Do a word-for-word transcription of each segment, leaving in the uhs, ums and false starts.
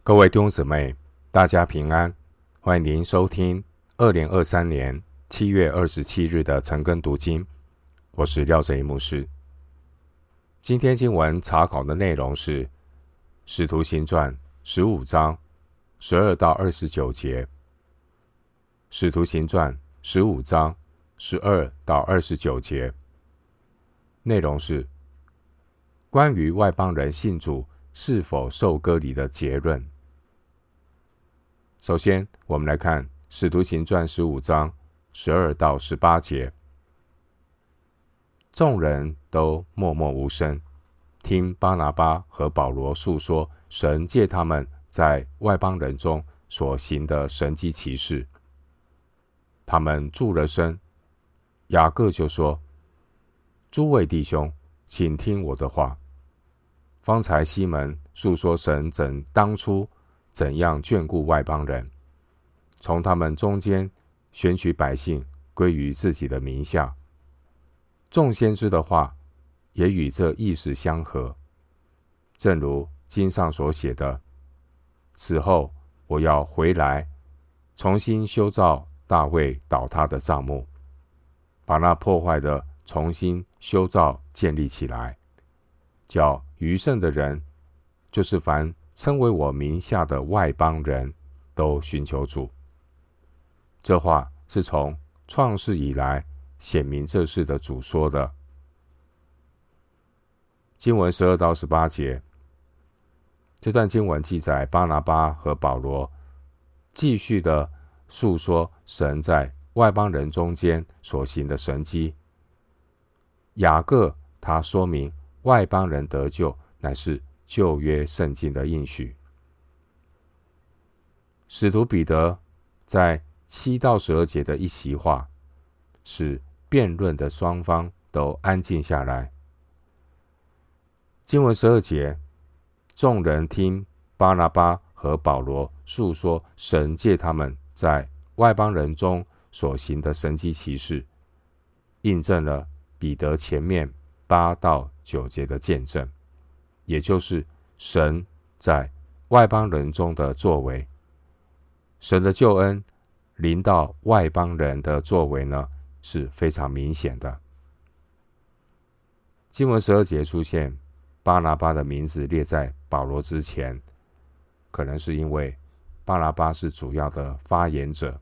各位弟兄姊妹，大家平安，欢迎您收听二零二三年七月二十七日的晨更读经。我是廖哲一牧师。今天经文查考的内容是《使徒行传》十五章十二到二十九节，《使徒行传》十五章十二到二十九节，内容是关于外邦人信主是否受割礼的结论。首先，我们来看《使徒行传》十五章十二到十八节。众人都默默无声，听巴拿巴和保罗述说神借他们在外邦人中所行的神迹奇事。他们住了声，雅各就说：“诸位弟兄，请听我的话。方才西门述说神怎当初怎样眷顾外邦人，从他们中间选取百姓归于自己的名下。众先知的话也与这意思相合，正如经上所写的：此后我要回来，重新修造大卫倒塌的帐幕，把那破坏的重新修造建立起来，叫余剩的人，就是凡称为我名下的外邦人，都寻求主。这话是从创世以来显明这事的主说的。”经文十二到十八节，这段经文记载巴拿巴和保罗继续的述说神在外邦人中间所行的神迹。雅各他说明外邦人得救乃是旧约圣经的应许。使徒彼得在七到十二节的一席话，使辩论的双方都安静下来。经文十二节，众人听巴拿巴和保罗述说神借他们在外邦人中所行的神迹奇事，印证了彼得前面八到九节的见证，也就是神在外邦人中的作为。神的救恩临到外邦人的作为呢，是非常明显的。经文十二节出现巴拿巴的名字列在保罗之前，可能是因为巴拿巴是主要的发言者。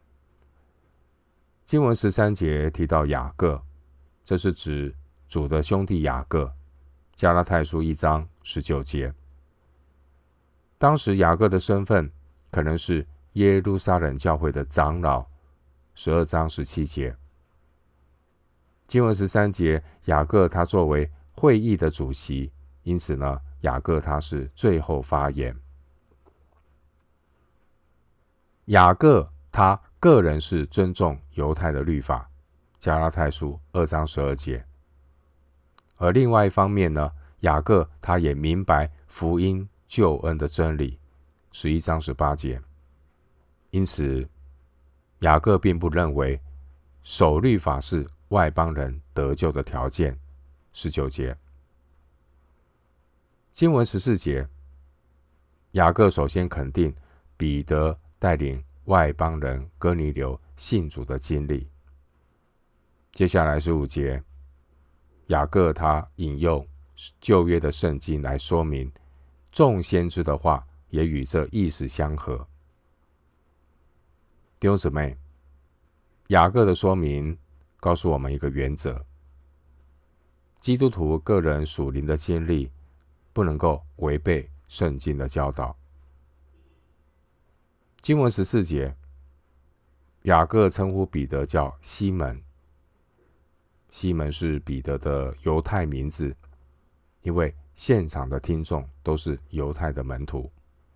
经文十三节提到雅各，这是指主的兄弟雅各。加拉太书一章十九节，当时雅各的身份可能是耶路撒冷教会的长老。十二章十七节，经文十三节，雅各他作为会议的主席，因此呢，雅各他是最后发言。雅各他个人是尊重犹太的律法，加拉太书二章十二节。而另外一方面呢，雅各他也明白福音救恩的真理，十一章十八节。因此，雅各并不认为守律法是外邦人得救的条件，十九节。经文十四节，雅各首先肯定彼得带领外邦人哥尼流信主的经历。接下来十五节，雅各他引用旧约的圣经来说明众先知的话也与这意思相合。弟兄姊妹，雅各的说明告诉我们一个原则：基督徒个人属灵的经历不能够违背圣经的教导。经文十四节，雅各称呼彼得叫西门。西门是彼得的犹太名字，因为现场的听众都是犹太的门徒。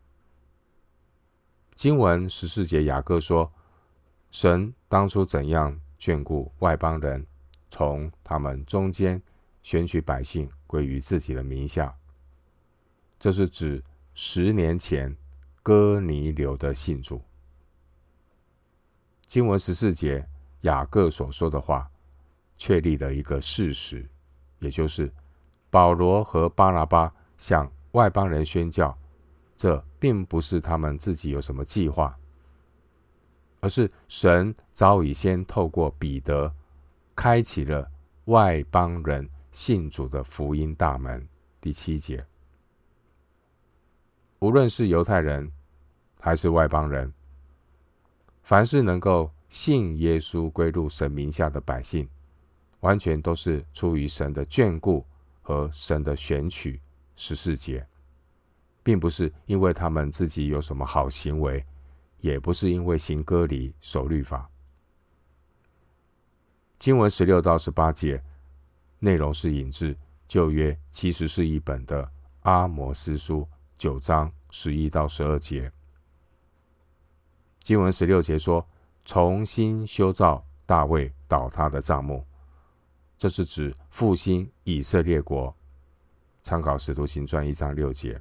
经文十四节，雅各说神当初怎样眷顾外邦人，从他们中间选取百姓归于自己的名下。这是指十年前哥尼流的信主。经文十四节，雅各所说的话确立了一个事实，也就是保罗和巴拿巴向外邦人宣教， 这并不是他们自己有什么计划，而是神早已先透过彼得开启了外邦人信主的福音大门。第七节，无论是犹太人还是外邦人，凡是能够信耶稣归入神名下的百姓，完全都是出于神的眷顾和神的选取。十四节，并不是因为他们自己有什么好行为，也不是因为行割礼守律法。经文十六到十八节内容是引自旧约其实是一本的阿摩司书九章十一到十二节。经文十六节说，重新修造大卫倒塌的帐幕，这是指复兴以色列国。参考使徒行传一章六节。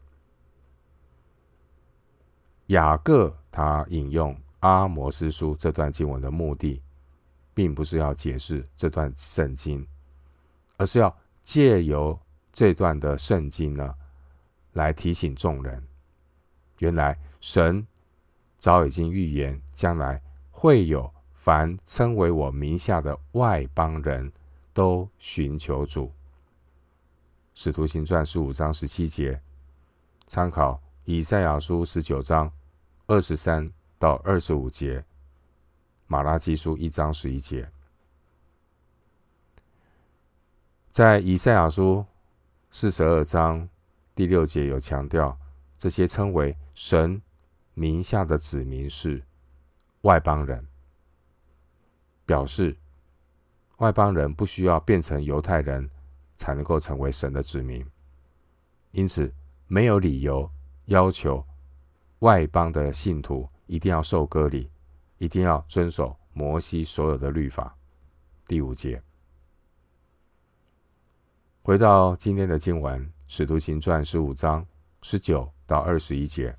雅各他引用阿摩司书这段经文的目的，并不是要解释这段圣经，而是要借由这段的圣经呢，来提醒众人，原来神早已经预言，将来会有凡称为我名下的外邦人都寻求主。使徒行传十五章十七节，参考以赛亚书十九章二十三到二十五节，马拉基书一章十一节。在以赛亚书四十二章第六节有强调，这些称为神名下的子民是外邦人，表示外邦人不需要变成犹太人才能够成为神的子民，因此没有理由要求外邦的信徒一定要受割礼，一定要遵守摩西所有的律法。第五节，回到今天的经文，使徒行传十五章十九到二十一节。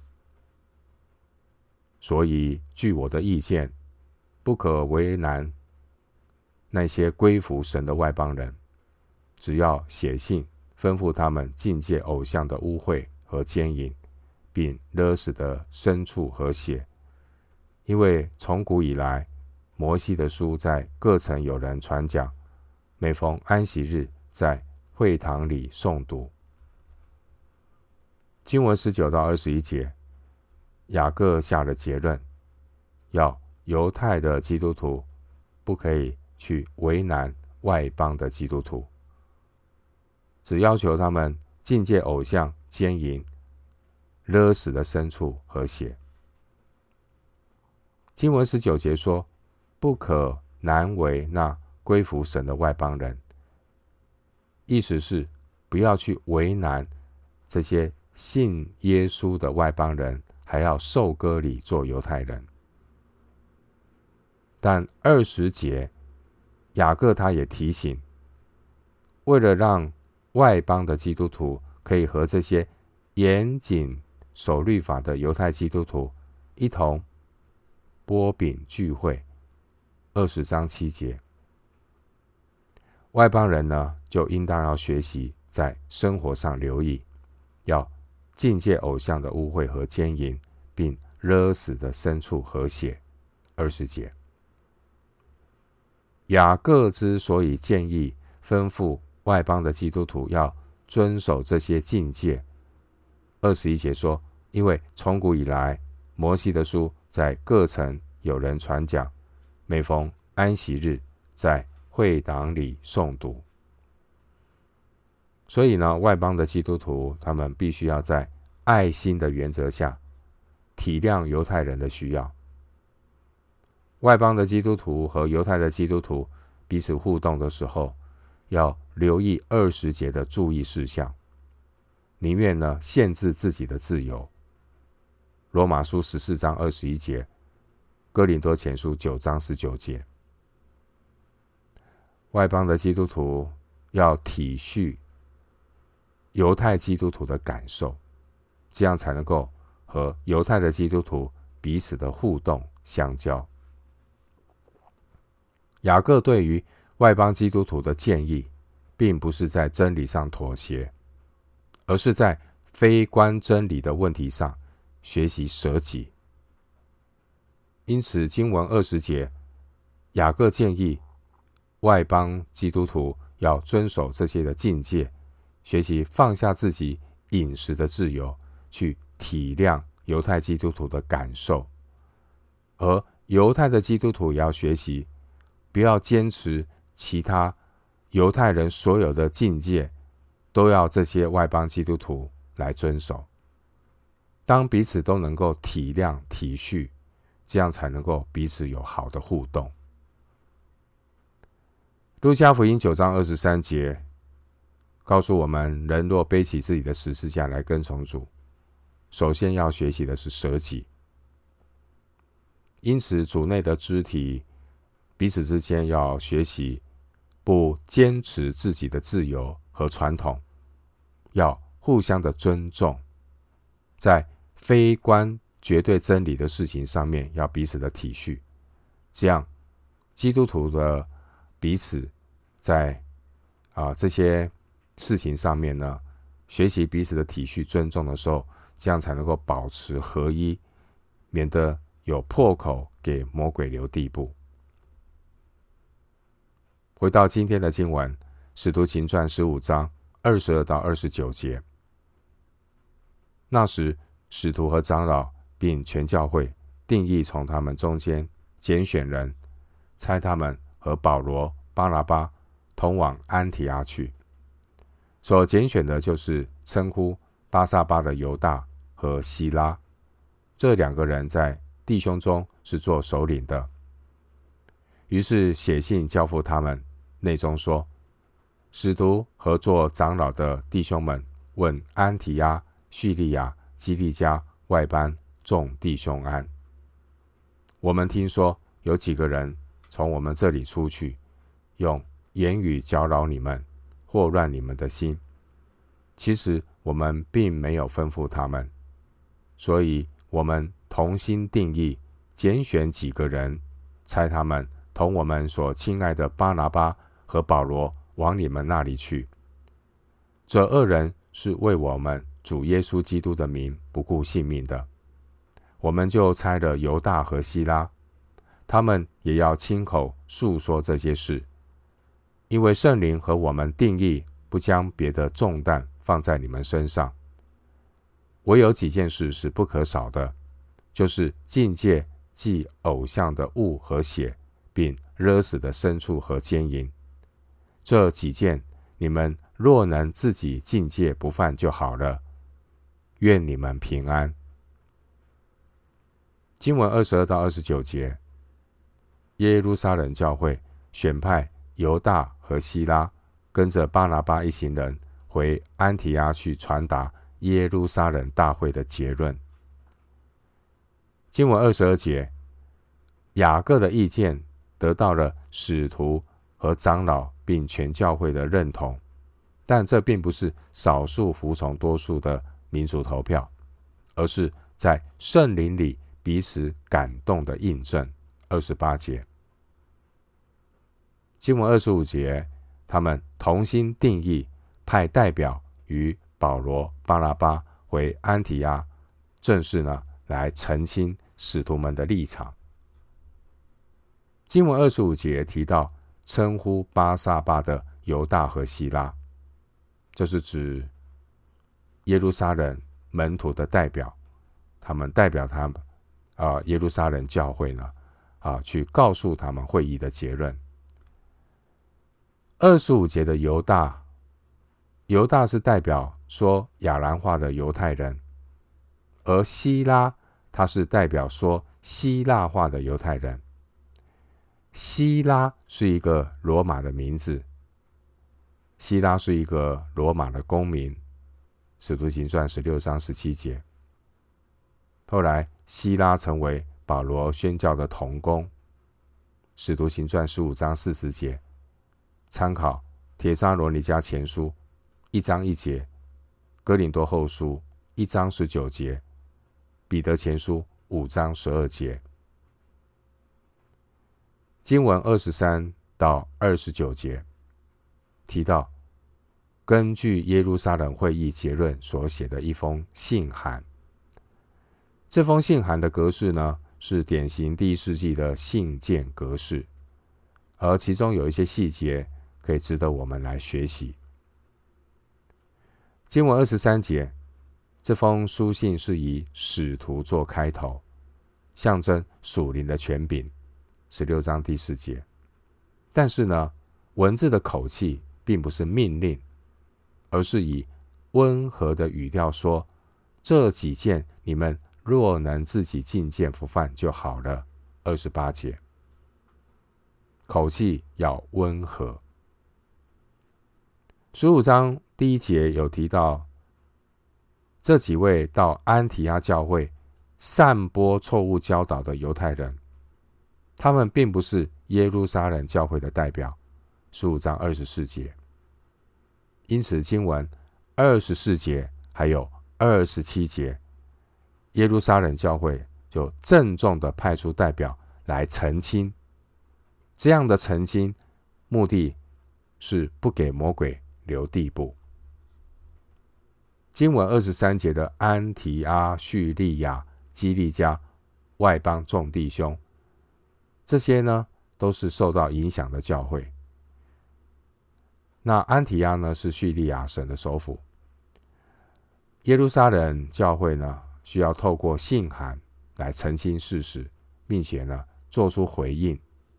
所以据我的意见，不可为难那些归服神的外邦人，只要写信吩咐他们禁戒偶像的污秽和奸淫，并勒死的牲畜和血。因为从古以来，摩西的书在各城有人传讲，每逢安息日在会堂里诵读。经文十九到二十一节，雅各下了结论，要犹太的基督徒不可以去为难外邦的基督徒，只要求他们禁戒偶像、奸淫、勒死的牲畜和血。经文十九节说，不可难为那归服神的外邦人，意思是不要去为难这些信耶稣的外邦人，还要受割礼做犹太人。但二十节，雅各他也提醒，为了让外邦的基督徒可以和这些严谨守律法的犹太基督徒一同擘饼聚会，二十章七节，外邦人呢，就应当要学习在生活上留意，要禁戒偶像的污秽和奸淫，并勒死的牲畜和血。二十节，雅各之所以建议吩咐外邦的基督徒要遵守这些禁戒，二十一节说，因为从古以来，摩西的书在各城有人传讲，每逢安息日在会堂里诵读。所以呢，外邦的基督徒他们必须要在爱心的原则下体谅犹太人的需要。外邦的基督徒和犹太的基督徒彼此互动的时候，要留意二十节的注意事项，宁愿呢限制自己的自由。罗马书十四章二十一节，哥林多前书九章十九节。外邦的基督徒要体恤犹太基督徒的感受，这样才能够和犹太的基督徒彼此的互动相交。雅各对于外邦基督徒的建议，并不是在真理上妥协，而是在非关真理的问题上学习舍己。因此，经文二十节，雅各建议外邦基督徒要遵守这些的境界，学习放下自己饮食的自由，去体谅犹太基督徒的感受。而犹太的基督徒也要学习，不要坚持其他犹太人所有的境界，都要这些外邦基督徒来遵守。当彼此都能够体谅体恤，这样才能够彼此有好的互动。路加福音九章二十三节告诉我们，人若背起自己的十字架来跟从主，首先要学习的是舍己。因此，主内的肢体彼此之间要学习不坚持自己的自由和传统，要互相的尊重，在非关绝对真理的事情上面要彼此的体恤。这样基督徒的彼此在啊这些事情上面呢，学习彼此的体恤尊重的时候，这样才能够保持合一，免得有破口给魔鬼留地步。回到今天的经文，使徒行传十五章二十二到二十九节。那时，使徒和长老并全教会定义从他们中间拣选人，差他们和保罗、巴拿巴同往安提阿去。所拣选的就是称呼巴撒巴的犹大和希拉，这两个人在弟兄中是做首领的。于是写信交付他们，内中说：使徒和做长老的弟兄们，问安提阿、叙利亚、基利家外邦众弟兄安。我们听说有几个人从我们这里出去，用言语搅扰你们，祸乱你们的心。其实我们并没有吩咐他们，所以我们同心定义，拣选几个人，差他们同我们所亲爱的巴拿巴和保罗往你们那里去。这二人是为我们主耶稣基督的名不顾性命的。我们就差了犹大和希拉，他们也要亲口述说这些事，因为圣灵和我们定义不将别的重担放在你们身上。唯有几件事是不可少的，就是禁戒祭偶像的物和血，并勒死的牲畜和奸淫。这几件你们若能自己禁戒不犯就好了。愿你们平安。经文二十二到二十九节，耶路撒冷教会选派犹大和希拉，跟着巴拿巴一行人回安提阿去传达耶路撒冷大会的结论。经文二十二节，雅各的意见得到了使徒和长老并全教会的认同，但这并不是少数服从多数的民主投票，而是在圣灵里彼此感动的印证。二十八节，经文二十五节，他们同心定义，派代表与保罗、巴拿巴回安提阿，正式呢来澄清使徒们的立场。经文二十五节提到称呼巴撒巴的犹大和希拉，这是指耶路撒冷门徒的代表，他们代表他们啊、呃、耶路撒冷教会呢啊去告诉他们会议的结论。二十五节的犹大，犹大是代表说亚兰话的犹太人，而希拉他是代表说希腊话的犹太人。希拉是一个罗马的名字，希拉是一个罗马的公民，使徒行传十六章十七节。后来希拉成为保罗宣教的同工，使徒行传十五章四十节。参考帖撒罗尼迦前书一章一节，哥林多后书一章十九节，彼得前书五章十二节。经文二十三到二十九节提到，根据耶路撒冷会议结论所写的一封信函。 这封信函的格式呢，是典型第一世纪的信件格式，而其中有一些细节可以值得我们来学习。经文二十三节，这封书信是以使徒做开头，象征属灵的权柄。十六章第四节，但是呢，文字的口气并不是命令，而是以温和的语调说：这几件你们若能自己进谏服犯就好了。二十八节，口气要温和。十五章第一节有提到，这几位到安提阿教会散播错误教导的犹太人，他们并不是耶路撒冷教会的代表。十五章二十四节，因此经文二十四节还有二十七节，耶路撒冷教会就郑重的派出代表来澄清。这样的澄清目的是不给魔鬼留地步。经文二十三节的安提阿、叙利亚、基利家、外邦众弟兄，这些呢都是受到影响的教会。那安提阿呢是叙利亚省的首府，耶路撒冷教会呢需要透过信函来澄清事实，并且呢做出回应。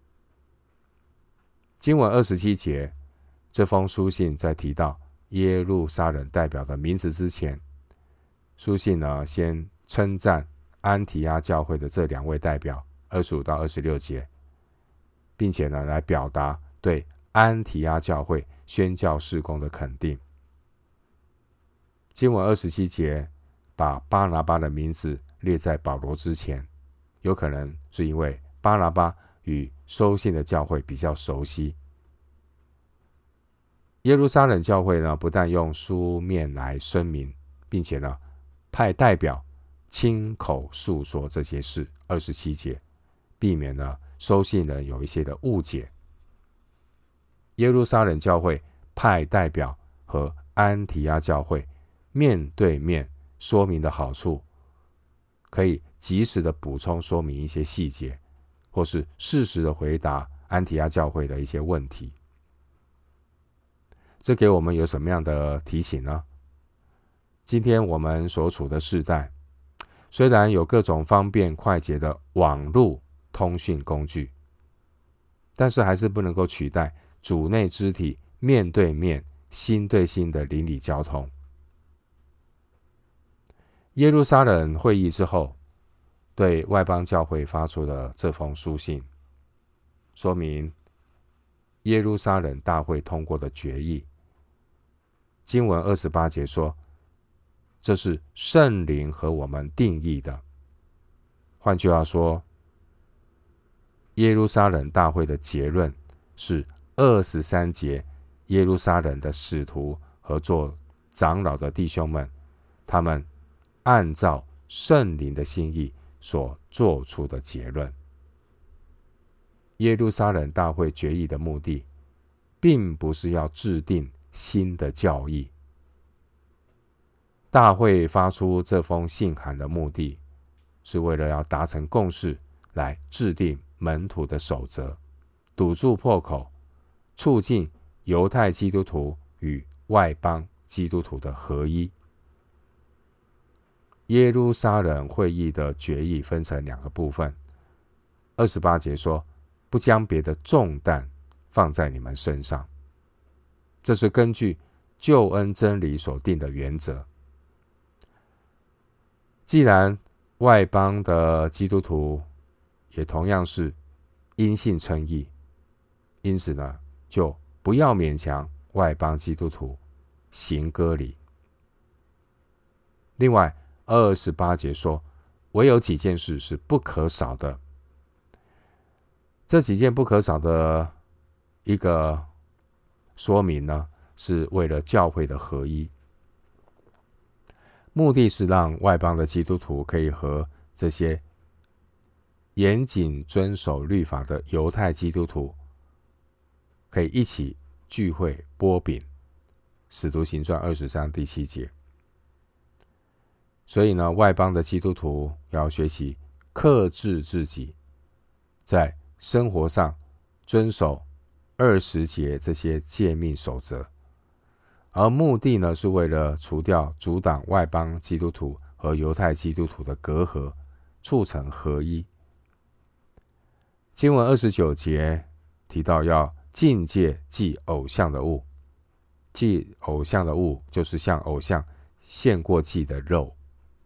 经文二十七节，这封书信在提到耶路撒冷代表的名字之前，书信呢先称赞安提阿教会的这两位代表，二十五到二十六节，并且呢来表达对安提阿教会宣教事工的肯定。经文二十七节把巴拿巴的名字列在保罗之前，有可能是因为巴拿巴与收信的教会比较熟悉。耶路撒冷教会呢，不但用书面来声明，并且呢派代表亲口述说这些事。二十七节，避免了收信人有一些的误解。耶路撒冷教会派代表和安提阿教会面对面说明的好处，可以及时的补充说明一些细节，或是适时的回答安提阿教会的一些问题。这给我们有什么样的提醒呢？今天我们所处的世代，虽然有各种方便快捷的网络通讯工具，但是还是不能够取代主内肢体面对面、心对心的邻里交通。耶路撒冷会议之后，对外邦教会发出了这封书信，说明耶路撒冷大会通过的决议。经文二十八节说，这是圣灵和我们定义的。换句话说，耶路撒冷大会的结论是二十三节耶路撒冷的使徒和做长老的弟兄们，他们按照圣灵的心意所做出的结论。耶路撒冷大会决议的目的，并不是要制定新的教义。大会发出这封信函的目的，是为了要达成共识，来制定门徒的守则，堵住破口，促进犹太基督徒与外邦基督徒的合一。耶路撒冷会议的决议分成两个部分。二十八节说，不将别的重担放在你们身上，这是根据救恩真理所定的原则。既然外邦的基督徒也同样是因信称义，因此呢，就不要勉强外邦基督徒行割礼。另外二十八节说，唯有几件事是不可少的。这几件不可少的一个说明呢，是为了教会的合一，目的是让外邦的基督徒可以和这些严谨遵守律法的犹太基督徒可以一起聚会擘饼。使徒行传二十章第七节。 所以呢，外邦的基督徒要学习克制自己，在生活上遵守二十节这些诫命守则，而目的呢，是为了除掉阻挡外邦基督徒和犹太基督徒的隔阂，促成合一。经文二十九节提到要禁戒祭偶像的物，祭偶像的物就是向偶像献过祭的肉。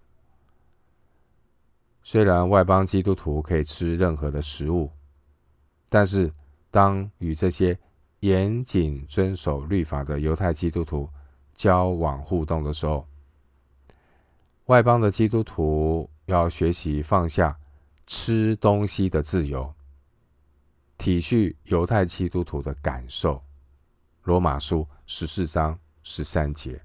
虽然外邦基督徒可以吃任何的食物，但是当与这些严谨遵守律法的犹太基督徒交往互动的时候，外邦的基督徒要学习放下吃东西的自由，体恤犹太基督徒的感受。罗马书十四章十三节。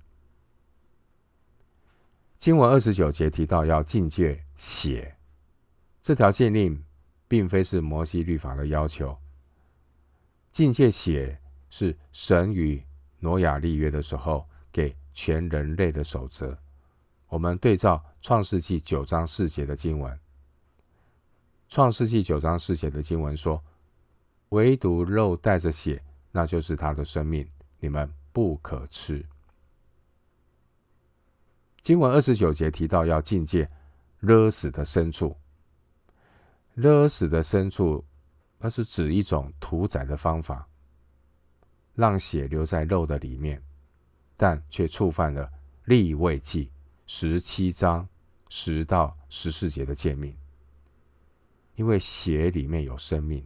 经文二十九节提到要禁戒血，这条诫令并非是摩西律法的要求。禁戒血是神与挪亚立约的时候给全人类的守则。我们对照创世纪九章四节的经文，创世纪九章四节的经文说，唯独肉带着血，那就是他的生命，你们不可吃。经文二十九节提到要禁戒勒死的牲畜，勒死的牲畜，它是指一种屠宰的方法，让血留在肉的里面，但却触犯了利未记十七章十到十四节的诫命，因为血里面有生命。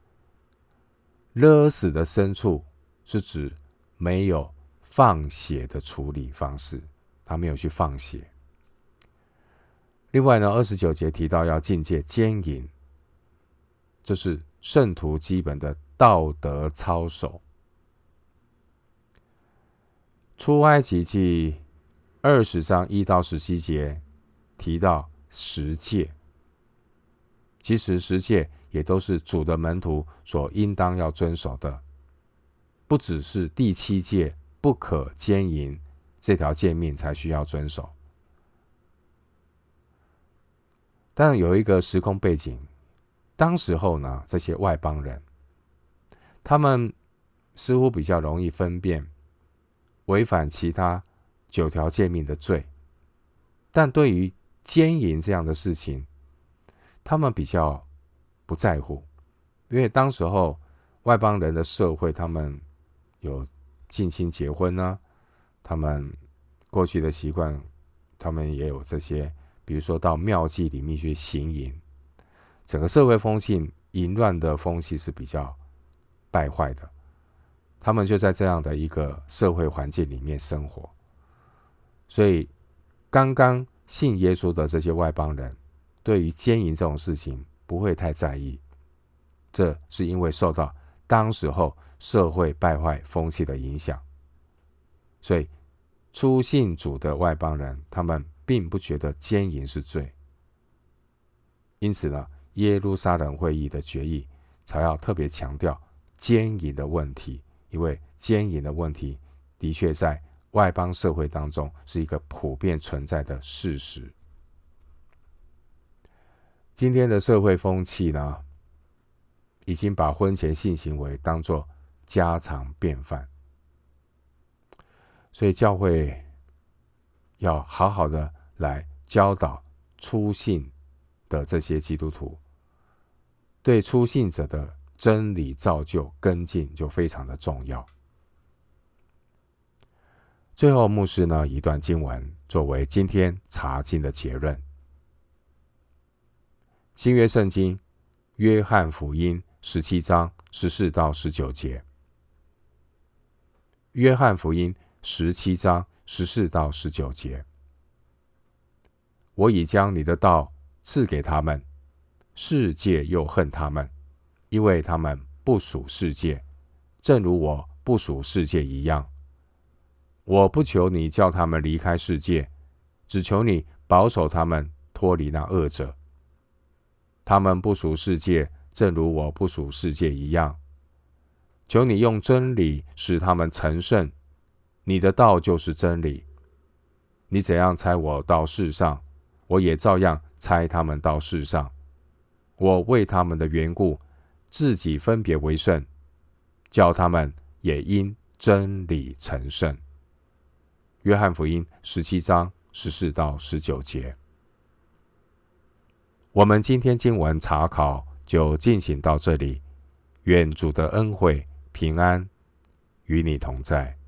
勒死的牲畜是指没有放血的处理方式，他没有去放血。另外呢，二十九节提到要禁戒奸淫，这是圣徒基本的道德操守。出埃及记二十章一到十七节提到十诫，其实十诫也都是主的门徒所应当要遵守的，不只是第七诫不可奸淫这条诫命才需要遵守。但有一个时空背景，当时候呢，这些外邦人，他们似乎比较容易分辨违反其他九条诫命的罪，但对于奸淫这样的事情，他们比较不在乎，因为当时候外邦人的社会，他们有近亲结婚啊，他们过去的习惯，他们也有这些，比如说到庙祭里面去行淫，整个社会风气淫乱的风气是比较败坏的，他们就在这样的一个社会环境里面生活，所以刚刚信耶稣的这些外邦人，对于奸淫这种事情不会太在意，这是因为受到当时候社会败坏风气的影响，所以初信主的外邦人，他们并不觉得奸淫是罪。因此呢，耶路撒冷会议的决议才要特别强调奸淫的问题，因为奸淫的问题的确在外邦社会当中是一个普遍存在的事实。今天的社会风气呢，已经把婚前性行为当作家常便饭，所以教会要好好的来教导初信的这些基督徒，对初信者的真理造就跟进就非常的重要。最后，牧师呢一段经文作为今天查经的结论。新约圣经约翰福音十七章十四到十九节。约翰福音十七章十四到十九节。我已将你的道赐给他们，世界又恨他们，因为他们不属世界，正如我不属世界一样。我不求你叫他们离开世界，只求你保守他们脱离那恶者。他们不属世界，正如我不属世界一样。求你用真理使他们成圣，你的道就是真理。 你怎样差我到世上，我也照样差他们到世上。我为他们的缘故，自己分别为圣，叫他们也因真理成圣。约翰福音十七章十四到十九节。我们今天经文查考就进行到这里，愿主的恩惠平安与你同在。